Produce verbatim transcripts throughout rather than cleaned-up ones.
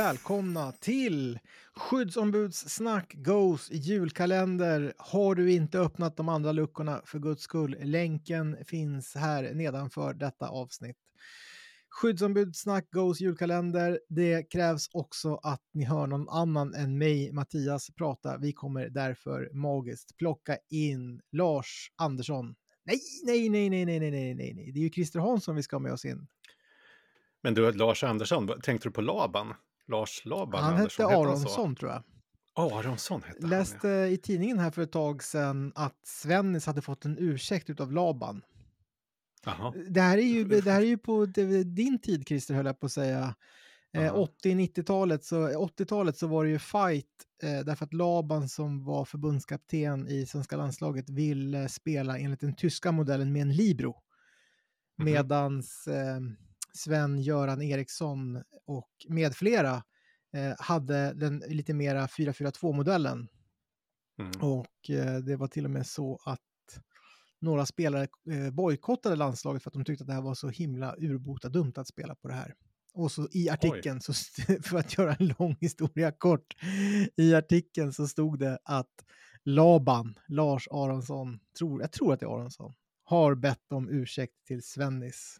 välkomna till Skyddsombudssnack Goes julkalender. Har du inte öppnat de andra luckorna, för guds skull, länken finns här nedanför detta avsnitt. Skyddsombudssnack Goes julkalender. Det krävs också att ni hör någon annan än mig, Mattias, prata. Vi kommer därför magiskt plocka in Lars Andersson. Nej, nej, nej, nej, nej, nej, nej, nej, nej. Det är ju Christer Hansson vi ska ha med oss in. Men du, Lars Andersson, tänkte du på Laban? Lars Laban Han Andersson, hette hette han så? Aronsson, tror jag. Aronsson hette han, Läste ja. i tidningen här för ett tag sedan att Svennis hade fått en ursäkt utav Laban. Jaha. Det här är ju, det här är ju på din tid, Christer, höll jag på att säga. Eh, åttio-nittiotalet så, åttiotalet så var det ju fight eh, därför att Laban, som var förbundskapten i svenska landslaget, ville spela enligt den tyska modellen med en libero. Mhm. Medans eh, Sven-Göran Eriksson och med flera eh, hade den lite mera fyra fyra två-modellen. Mm. Och eh, det var till och med så att några spelare eh, bojkottade landslaget för att de tyckte att det här var så himla urbota dumt att spela på det här. Och så i artikeln, så st- för att göra en lång historia kort, i artikeln så stod det att Laban, Lars Aronsson, tror, jag tror att det är Aronsson, har bett om ursäkt till Svennis.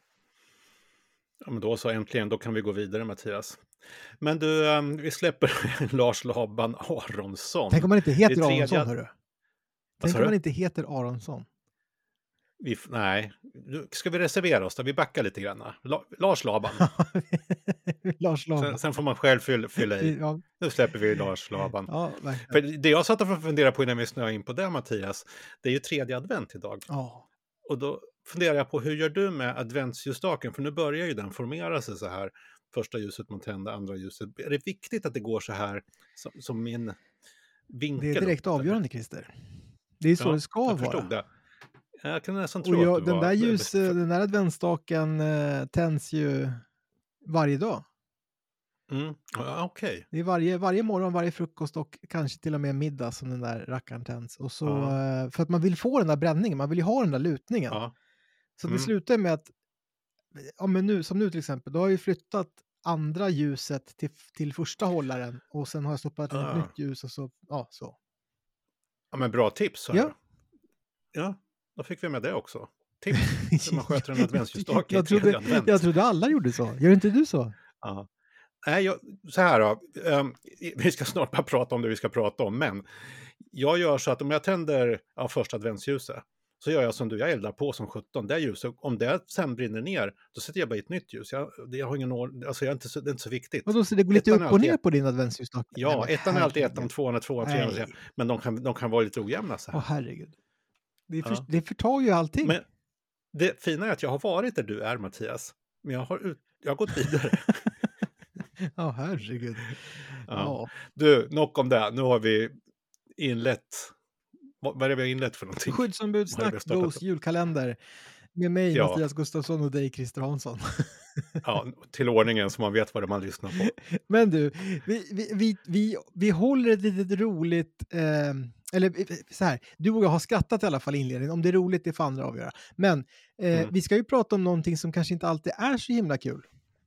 Ja, men då så äntligen, då kan vi gå vidare, Mattias. Men du, um, vi släpper Lars Laban Aronsson. Tänk om man inte heter Det är tredje- Aronsson, hörru. Tänk sa om man du? inte heter Aronsson. Vi, f- nej, Nu ska vi reservera oss då? Vi backar lite grann. La, Lars Laban. Lars Laban. Sen, sen får man själv fylla, fylla i. Ja, Nu släpper vi Lars Laban. ja, verkligen. För det jag satt och funderade på innan vi snöade in på det, Mattias, det är ju tredje advent idag. Ja. Och då funderar jag på, hur gör du med adventsljusstaken? För nu börjar ju den formera sig så här. Första ljuset man tänder, andra ljuset. Är det viktigt att det går så här som, som min vinkel? Det är direkt upp, avgörande, Christer. Det är så Ja, det ska jag vara. förstod det. Jag kan nästan Och tro jag, att du den, var... där ljus, den där adventsstaken eh, tänds ju varje dag. Mm. Ja, okej. Det är varje, varje morgon, varje frukost och kanske till och med middag som den där rackaren tänds. Och så, Ja. eh, för att man vill få den där bränningen, man vill ju ha den där lutningen. Ja. Så det Mm. slutar med att, ja, men nu, som nu till exempel, då har jag ju flyttat andra ljuset till, till första hållaren och sen har jag stoppat in ett Ah. nytt ljus och så, ja, så. Ja, men bra tips. Så Ja. här. Ja, då fick vi med det också. Tips hur man sköter en adventsljusstake. jag, trodde, jag trodde alla gjorde så. Gör inte du så? Ja. Nej, jag, så här då. Um, vi ska snart bara prata om det vi ska prata om. Men jag gör så att om jag tänder ja, första adventsljuset, så gör jag som du. Jag eldar på som sjutton. Det ljuset, om det sen brinner ner, då sätter jag bara i ett nytt ljus. Jag, jag har ingen år, alltså jag är inte så, det är inte så viktigt. Och då, så det går lite Ettan är upp och alltid ner ett- på din adventsljusstake? Ja, Nej, ettan är alltid herregud. ettan, tvåan är tvåan, trean. Nej. Men de kan, de kan vara lite ojämna så här. Åh, herregud. Det, för, Ja. det förtar ju allting. Men det fina är att jag har varit där du är, Mattias. Men jag har, ut, jag har gått vidare. Ja, herregud. Ja. Ja. Du, nog om det. Nu har vi inlett. Vad vad är det vi har inlett för någonting? Vad är det Skyddsombudssnack vi har startat Goes upp? julkalender. Med mig, Ja. Mattias Gustafsson, och dig, Christer Hansson. Ja, till ordningen så man vet vad det man lyssnar på. Men du, vi, vi, vi, vi, vi håller ett litet roligt... Eh, eller eh, så här, du och jag har skrattat i alla fall i inledningen. Om det är roligt, det får andra avgöra. Men eh, Mm. vi ska ju prata om någonting som kanske inte alltid är så himla kul.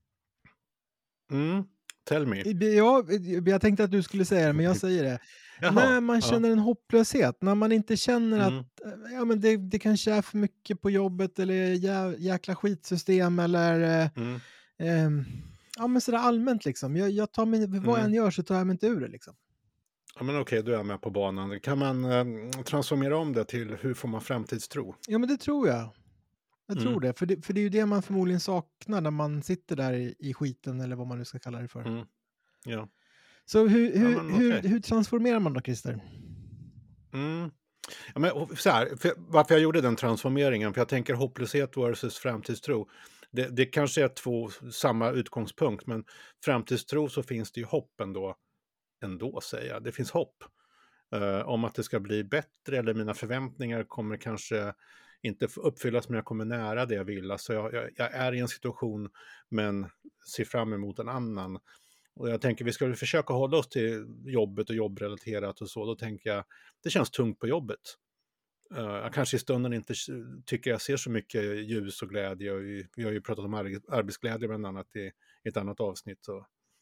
Mm, tell me. Ja, jag tänkte att du skulle säga det, men jag säger det. Jaha, När man ja. känner en hopplöshet, när man inte känner Mm. att eh, ja, men det, det kanske är för mycket på jobbet eller jä, jäkla skitsystem eller eh, Mm. eh, ja, men sådär allmänt liksom. Jag, jag tar mig, vad jag Mm. än gör så tar jag mig inte ur det liksom. Ja, men okej, du är med på banan. Kan man eh, transformera om det till hur får man framtidstro? Ja, men det tror jag. Jag tror Mm. det. För, det. för det är ju det man förmodligen saknar när man sitter där i, i skiten eller vad man nu ska kalla det för. Mm. Ja. Så hur, hur, men hur, okej. hur transformerar man då, Christer? Mm. Ja, men, och så här, för, varför jag gjorde den transformeringen, för jag tänker hopplöshet versus framtidstro. Det, det kanske är två samma utgångspunkt, men framtidstro så finns det ju hopp ändå, ändå säger jag. Det finns hopp eh, om att det ska bli bättre, eller mina förväntningar kommer kanske inte f- uppfyllas, men jag kommer nära det jag vill. Alltså jag, jag, jag är i en situation men ser fram emot en annan. Och jag tänker vi ska väl försöka hålla oss till jobbet och jobbrelaterat och så. Då tänker jag, det känns tungt på jobbet. Uh, jag kanske i stunden inte tycker jag ser så mycket ljus och glädje. Och vi, vi har ju pratat om ar- arbetsglädje bland annat i, i ett annat avsnitt. Så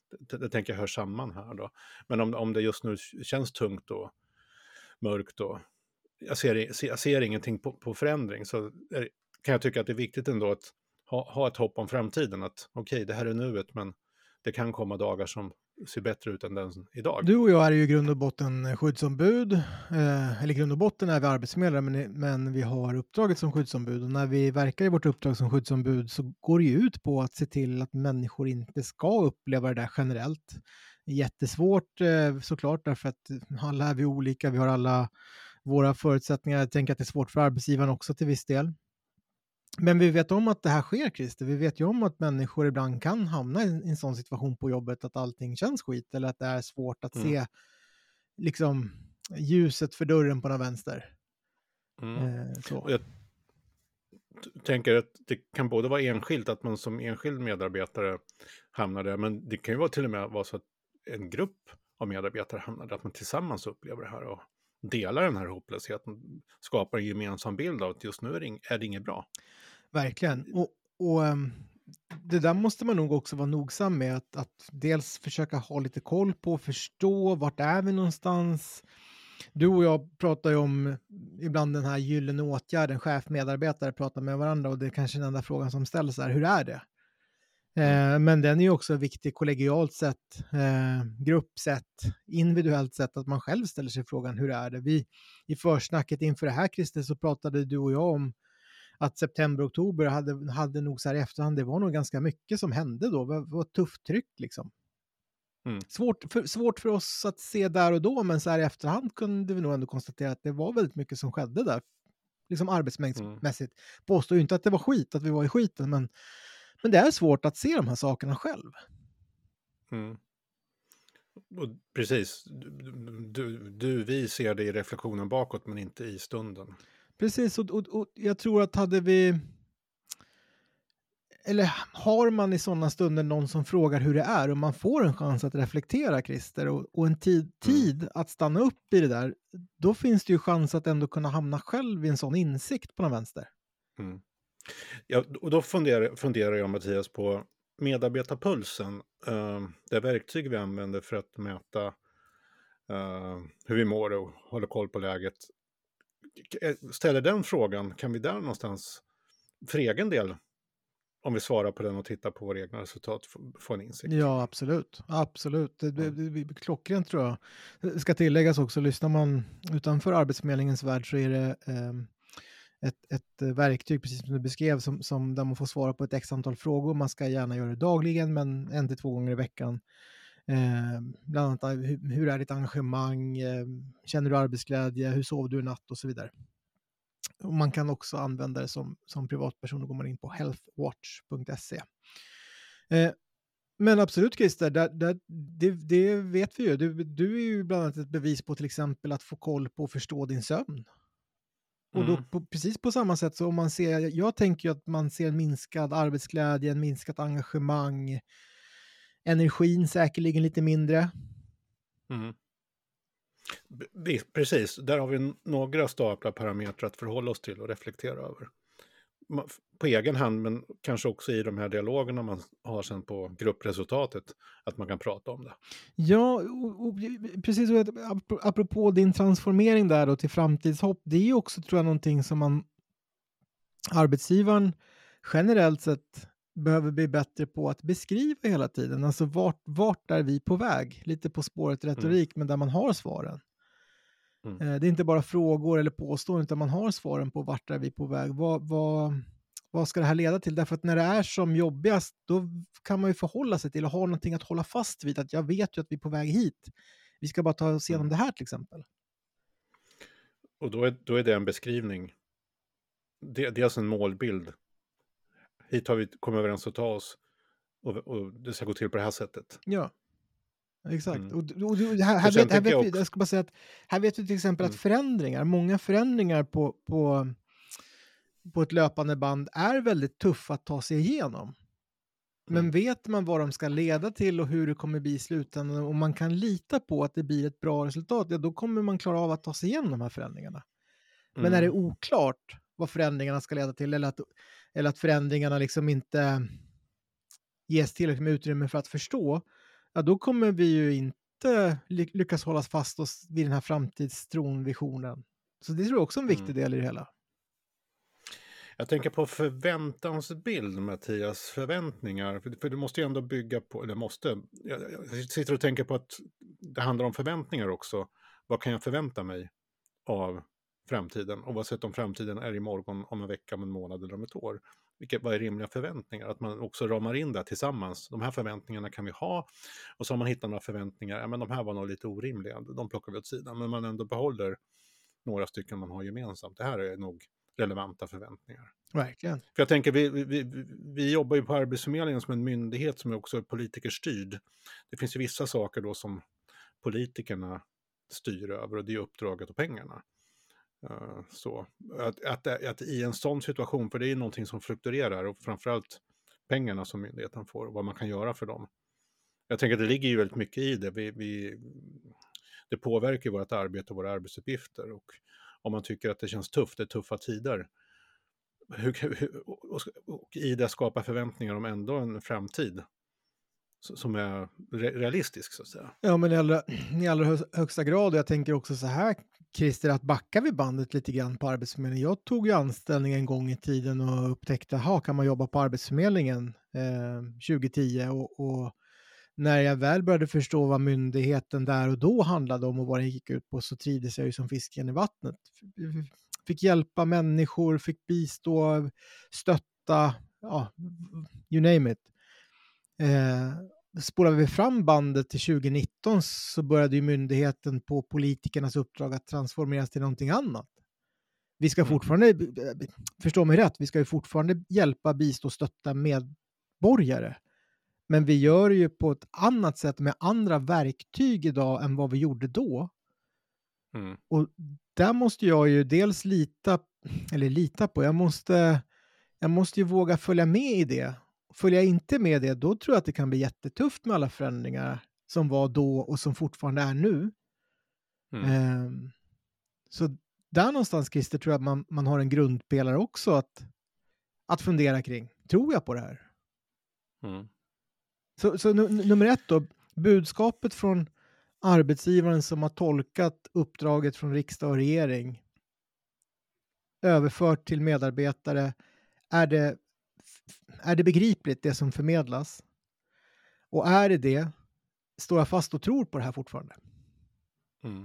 Det, det tänker jag hör samman här då. Men om, om det just nu känns tungt och mörkt och jag ser, jag ser ingenting på, på förändring, så är, kan jag tycka att det är viktigt ändå att ha, ha ett hopp om framtiden. Att okej, okay, det här är nuet, men det kan komma dagar som ser bättre ut än den idag. Du och jag är ju i grund och botten skyddsombud, eh, eller i grund och botten är vi arbetsförmedlare, men, men vi har uppdraget som skyddsombud, och när vi verkar i vårt uppdrag som skyddsombud så går det ju ut på att se till att människor inte ska uppleva det där generellt. Jättesvårt eh, såklart, därför att alla är vi olika, vi har alla våra förutsättningar. Jag tänker att det är svårt för arbetsgivaren också till viss del. Men vi vet om att det här sker, Christer. Vi vet ju om att människor ibland kan hamna i en sån situation på jobbet att allting känns skit, eller att det är svårt att mm. se liksom ljuset för dörren på den vänster. Mm. Eh, så. Jag tänker att det kan både vara enskilt, att man som enskild medarbetare hamnar där, men det kan ju vara till och med vara så att en grupp av medarbetare hamnar där, att man tillsammans upplever det här och delar den här hopplösheten, skapar en gemensam bild av att just nu är det, är det inget bra. Verkligen. Och, och um, det där måste man nog också vara nogsam med, att, att dels försöka ha lite koll på, förstå vart är vi någonstans. Du och jag pratar ju om ibland den här gyllene åtgärden, chef-medarbetare pratar med varandra, och det är kanske den enda frågan som ställs är, hur är det? Eh, men den är ju också viktig kollegialt sett, eh, gruppsätt, individuellt sett, att man själv ställer sig frågan, hur är det? Vi i försnacket inför det här, Christer, så pratade du och jag om att september, oktober hade, hade nog så här i efterhand, det var nog ganska mycket som hände då, det var ett tufft tryck liksom. Mm. Svårt, för, svårt för oss att se där och då, men så här i efterhand kunde vi nog ändå konstatera att det var väldigt mycket som skedde där, liksom arbetsmängdsmässigt. Mm. Påstår ju inte att det var skit, att vi var i skiten, men Men det är svårt att se de här sakerna själv. Mm. Och precis, du, du, du, vi ser det i reflektionen bakåt, men inte i stunden. Precis, och, och, och jag tror att hade vi... Eller har man i sådana stunder någon som frågar hur det är och man får en chans att reflektera, Christer, och, och en tid, tid mm. att stanna upp i det där, då finns det ju chans att ändå kunna hamna själv i en sån insikt på den vänster. Mm. Ja, och då funderar, funderar jag, Mattias, på medarbetarpulsen. Uh, det verktyg vi använder för att mäta uh, hur vi mår och hålla koll på läget. Ställer den frågan, kan vi där någonstans för egen del, om vi svarar på den och tittar på våra egna resultat, få en insikt? Ja, absolut. Absolut. Det, det, det blir klockrent, tror jag. Det ska tilläggas också, lyssnar man utanför Arbetsförmedlingens värld så är det... Um... Ett, ett verktyg, precis som du beskrev, som, som där man får svara på ett x antal frågor. Man ska gärna göra det dagligen, men en till två gånger i veckan. Eh, bland annat, hur, hur är ditt engagemang? Eh, känner du arbetsglädje? Hur sover du i natt? Och så vidare. Och man kan också använda det som, som privatperson, och går man in på healthwatch punkt se. Eh, men absolut, Christer, där, där, det, det vet vi ju. Du, du är ju bland annat ett bevis på till exempel att få koll på och förstå din sömn. Och då på, precis på samma sätt, så om man ser, jag tänker ju att man ser en minskad arbetsglädje, en minskat engagemang, energin säkerligen lite mindre. Mm. Precis, där har vi några staplar parametrar att förhålla oss till och reflektera över. På egen hand, men kanske också i de här dialogerna man har sen på gruppresultatet, att man kan prata om det. Ja, och, och, precis, och apropå din transformering där då till framtidshopp, det är ju också, tror jag, någonting som man, arbetsgivaren generellt sett behöver bli bättre på att beskriva hela tiden. Alltså vart, vart är vi på väg? Lite på spåret retorik, mm. men där man har svaren. Mm. Det är inte bara frågor eller påståenden, utan man har svaren på vart är vi på väg. Vad, vad, vad ska det här leda till? Därför att när det är som jobbigast, då kan man ju förhålla sig till och ha någonting att hålla fast vid. Att jag vet ju att vi är på väg hit. Vi ska bara ta oss igenom mm. det här till exempel. Och då är, då är det en beskrivning. Det, det är alltså en målbild. Hit har vi kommit överens att ta oss. Och, och det ska gå till på det här sättet. Ja. Exakt. Mm. Och, och, och här, här, vet, här, vet jag, vi, jag ska bara säga att här vet vi till exempel mm. att förändringar, många förändringar på, på, på ett löpande band är väldigt tuffa att ta sig igenom. Men mm. vet man vad de ska leda till och hur det kommer bli i slutändan, och man kan lita på att det blir ett bra resultat, ja, då kommer man klara av att ta sig igenom de här förändringarna. Men mm. är det oklart vad förändringarna ska leda till, eller att, eller att förändringarna liksom inte ges tillräckligt med utrymme för att förstå, ja, då kommer vi ju inte ly- lyckas hålla fast oss vid den här framtidstron, visionen. Så det tror jag också är en viktig Mm. del i det hela. Jag tänker på förväntansbild, Mattias, förväntningar. För, för du måste ju ändå bygga på, eller måste, jag, jag sitter och tänker på att det handlar om förväntningar också. Vad kan jag förvänta mig av framtiden? Oavsett om framtiden är imorgon, om en vecka, om en månad eller om ett år. Vilket, vad är rimliga förväntningar? Att man också ramar in det tillsammans. De här förväntningarna kan vi ha. Och så har man hittat några förväntningar. Ja, men de här var nog lite orimliga. De plockar vi åt sidan. Men man ändå behåller några stycken man har gemensamt. Det här är nog relevanta förväntningar. Verkligen. För jag tänker, vi, vi, vi, vi jobbar ju på Arbetsförmedlingen som en myndighet som är också politikerstyrd. Det finns ju vissa saker då som politikerna styr över och det är uppdraget och pengarna. Uh, så att, att, att i en sån situation, för det är ju någonting som fluktuerar och framförallt pengarna som myndigheten får och vad man kan göra för dem. Jag tänker att det ligger ju väldigt mycket i det. Vi, vi, det påverkar vårt arbete och våra arbetsuppgifter och om man tycker att det känns tufft, det är tuffa tider. Hur, hur, och, och i det skapar förväntningar om ändå en framtid som är re, realistisk så att säga. Ja, men i allra, i allra hö- högsta grad. Och jag tänker också så här, Christer, att backa vi bandet lite grann på Arbetsförmedlingen. Jag tog ju anställning en gång i tiden och upptäckte, ha kan man jobba på Arbetsförmedlingen eh, tjugo tio och, och när jag väl började förstå vad myndigheten där och då handlade om och vad den gick ut på så trivdes jag ju som fisken i vattnet. Fick hjälpa människor, fick bistå, stötta, ja, you name it. Eh, spolar vi fram bandet till tjugo nitton så började ju myndigheten på politikernas uppdrag att transformeras till någonting annat. Vi ska fortfarande, förstå mig rätt, vi ska ju fortfarande hjälpa, bistå, stötta medborgare. Men vi gör det ju på ett annat sätt med andra verktyg idag än vad vi gjorde då. Mm. Och där måste jag ju dels lita, eller lita på, jag måste, jag måste ju våga följa med i det. Följer jag inte med det, då tror jag att det kan bli jättetufft med alla förändringar som var då och som fortfarande är nu. Mm. Um, så där någonstans, Christer, tror jag att man, man har en grundpelare också att, att fundera kring. Tror jag på det här? Mm. Så, så n- nummer ett då, budskapet från arbetsgivaren som har tolkat uppdraget från riksdag och regering överfört till medarbetare, är det, är det begripligt det som förmedlas? Och är det det, står jag fast och tror på det här fortfarande? Mm.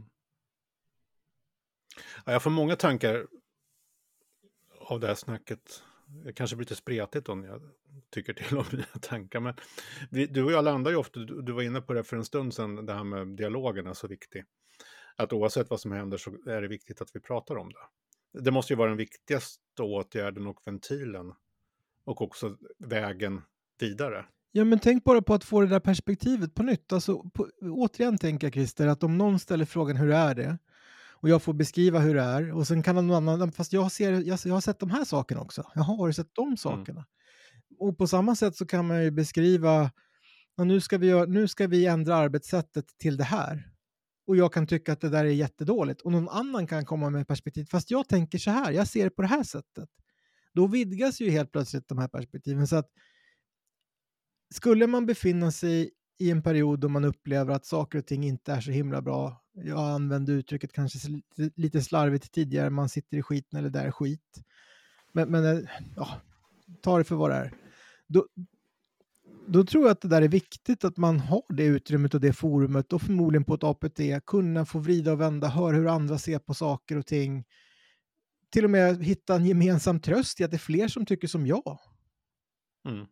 Ja, jag får många tankar av det här snacket. Det kanske blir lite spretigt om jag tycker till om mina tankar. Men vi, du och jag landar ju ofta, du, du var inne på det för en stund sedan, det här med dialogen är så viktig. Att oavsett vad som händer så är det viktigt att vi pratar om det. Det måste ju vara den viktigaste åtgärden och ventilen. Och också vägen vidare. Ja, men tänk bara på att få det där perspektivet på nytt. Alltså, på, återigen tänker jag, Christer, att om någon ställer frågan hur är det? Och jag får beskriva hur det är. Och sen kan någon annan, fast jag, ser, jag, jag har sett de här sakerna också. Jag har sett de sakerna. Mm. Och på samma sätt så kan man ju beskriva, nu ska, vi gör, nu ska vi ändra arbetssättet till det här. Och jag kan tycka att det där är jättedåligt. Och någon annan kan komma med perspektiv. Fast jag tänker så här, jag ser det på det här sättet. Då vidgas ju helt plötsligt de här perspektiven. Så att skulle man befinna sig i en period då man upplever att saker och ting inte är så himla bra. Jag använde uttrycket kanske lite slarvigt tidigare. Man sitter i skiten eller där är skit. Men, men ja, ta det för vad det är. Då, då tror jag att det där är viktigt att man har det utrymmet och det forumet och förmodligen på ett A P T kunna få vrida och vända, höra hur andra ser på saker och ting. Till och med hitta en gemensam tröst i att det är fler som tycker som jag. Mm.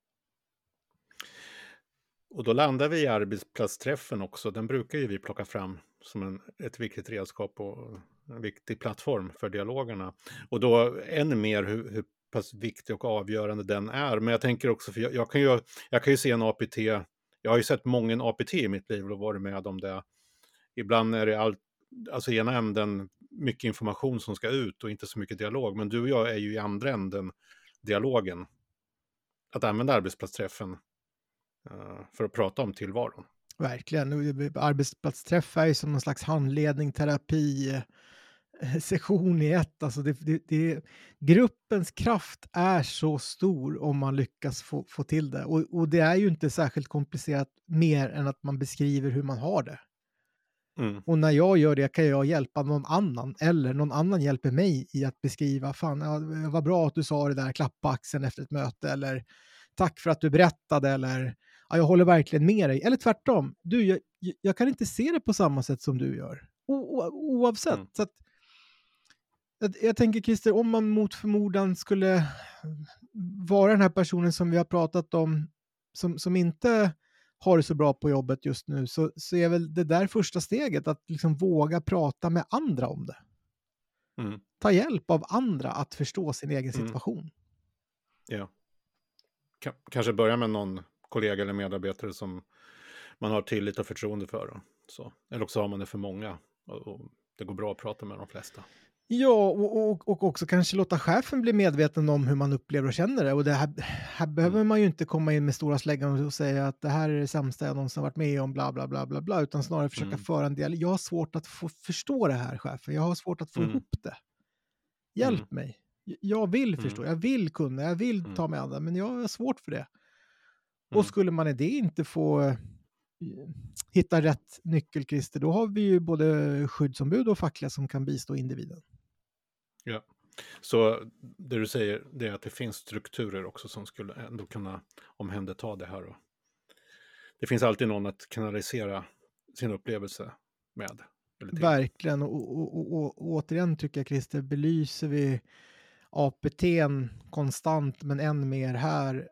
Och då landar vi i arbetsplatsträffen också. Den brukar ju vi plocka fram som en, ett viktigt redskap och en viktig plattform för dialogerna. Och då än mer hur, hur pass viktig och avgörande den är. Men jag tänker också, för jag, jag, kan, ju, jag kan ju se en A P T, jag har ju sett många en A P T i mitt liv och varit med om det. Ibland är det allt, alltså ena änden mycket information som ska ut och inte så mycket dialog. Men du och jag är ju i andra änden dialogen. Att använda arbetsplatsträffen för att prata om tillvaron. Verkligen. Arbetsplatsträff är ju som någon slags handledning, terapi, session i ett. Alltså det, det, det, gruppens kraft är så stor om man lyckas få, få till det. Och, och det är ju inte särskilt komplicerat mer än att man beskriver hur man har det. Mm. Och när jag gör det kan jag hjälpa någon annan, eller någon annan hjälper mig i att beskriva, fan, ja, vad bra att du sa det där, klappa axeln efter ett möte, eller tack för att du berättade, eller ja, jag håller verkligen med dig, eller tvärtom, du, jag, jag kan inte se det på samma sätt som du gör, o, o, oavsett. Mm. Så att, jag, jag tänker, Christer, om man mot förmodan skulle vara den här personen som vi har pratat om, som, som inte har det så bra på jobbet just nu, så, så är väl det där första steget att liksom våga prata med andra om det. Mm. Ta hjälp av andra att förstå sin egen Mm. situation. Ja. K- kanske börja med någon kollega eller medarbetare som man har tillit och förtroende för. Och så. Eller också har man det för många och, och det går bra att prata med de flesta. Ja, och, och, och också kanske låta chefen bli medveten om hur man upplever och känner det. Och det här, här behöver Mm. man ju inte komma in med stora släggan och säga att det här är det sämsta jag någonsin varit med om, bla bla bla bla bla, utan snarare försöka Mm. föra en del. Jag har svårt att få förstå det här, chefen. Jag har svårt att få Mm. ihop det. Hjälp Mm. mig. Jag vill Mm. förstå, jag vill kunna, jag vill Mm. ta mig an det, men jag har svårt för det. Och Mm. skulle man i det inte få eh, hitta rätt nyckelkrister, då har vi ju både skyddsombud och fackliga som kan bistå individen. Ja. Så det du säger, det är att det finns strukturer också som skulle ändå kunna omhänderta det här. Och det finns alltid någon att kanalisera sin upplevelse med. Eller till. Verkligen, och, och, och, och, och återigen tycker jag, Christer, belyser vi A P T:n konstant, men än mer här.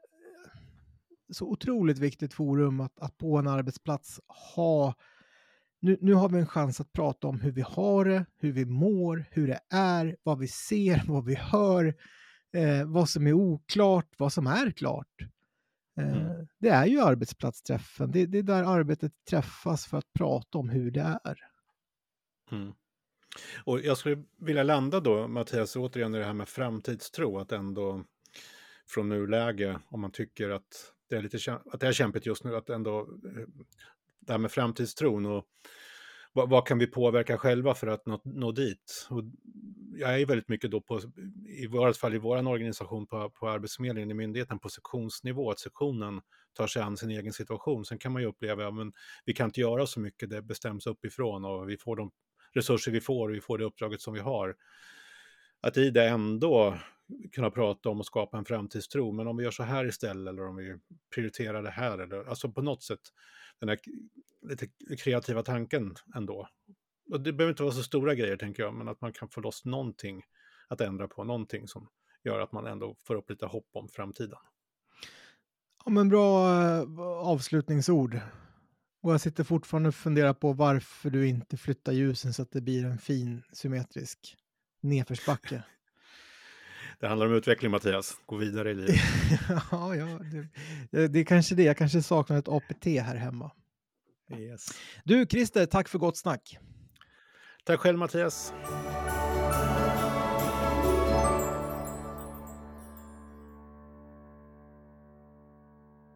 Så otroligt viktigt forum att, att på en arbetsplats ha. Nu, nu har vi en chans att prata om hur vi har det, hur vi mår, hur det är, vad vi ser, vad vi hör, eh, vad som är oklart, vad som är klart. Eh, Mm. Det är ju arbetsplatsträffen, det, det är där arbetet träffas för att prata om hur det är. Mm. Och jag skulle vilja landa då, Mattias, återigen i det här med framtidstro, att ändå från nuläge, om man tycker att det är lite käm- att det är kämpigt just nu, att ändå eh, det här med framtidstron och vad, vad kan vi påverka själva för att nå, nå dit? Och jag är väldigt mycket då på, i vårt fall i vår organisation på, på Arbetsförmedlingen i myndigheten på sektionsnivå, att sektionen tar sig an sin egen situation. Sen kan man ju uppleva, ja, men vi kan inte göra så mycket, det bestäms uppifrån och vi får de resurser vi får och vi får det uppdraget som vi har. Att i det ändå kunna prata om och skapa en framtidstro, men om vi gör så här istället eller om vi prioriterar det här, eller, alltså på något sätt den här lite kreativa tanken ändå. Och det behöver inte vara så stora grejer, tänker jag, men att man kan få loss någonting att ändra på, någonting som gör att man ändå får upp lite hopp om framtiden. Ja, men bra eh, avslutningsord. Och jag sitter fortfarande och funderar på varför du inte flyttar ljusen så att det blir en fin symmetrisk nedförsbacke. Det handlar om utveckling, Mattias. Gå vidare i livet. ja, ja det, det är kanske det. Jag kanske saknar ett A P T här hemma. Yes. Du, Christer, tack för gott snack. Tack själv, Mattias.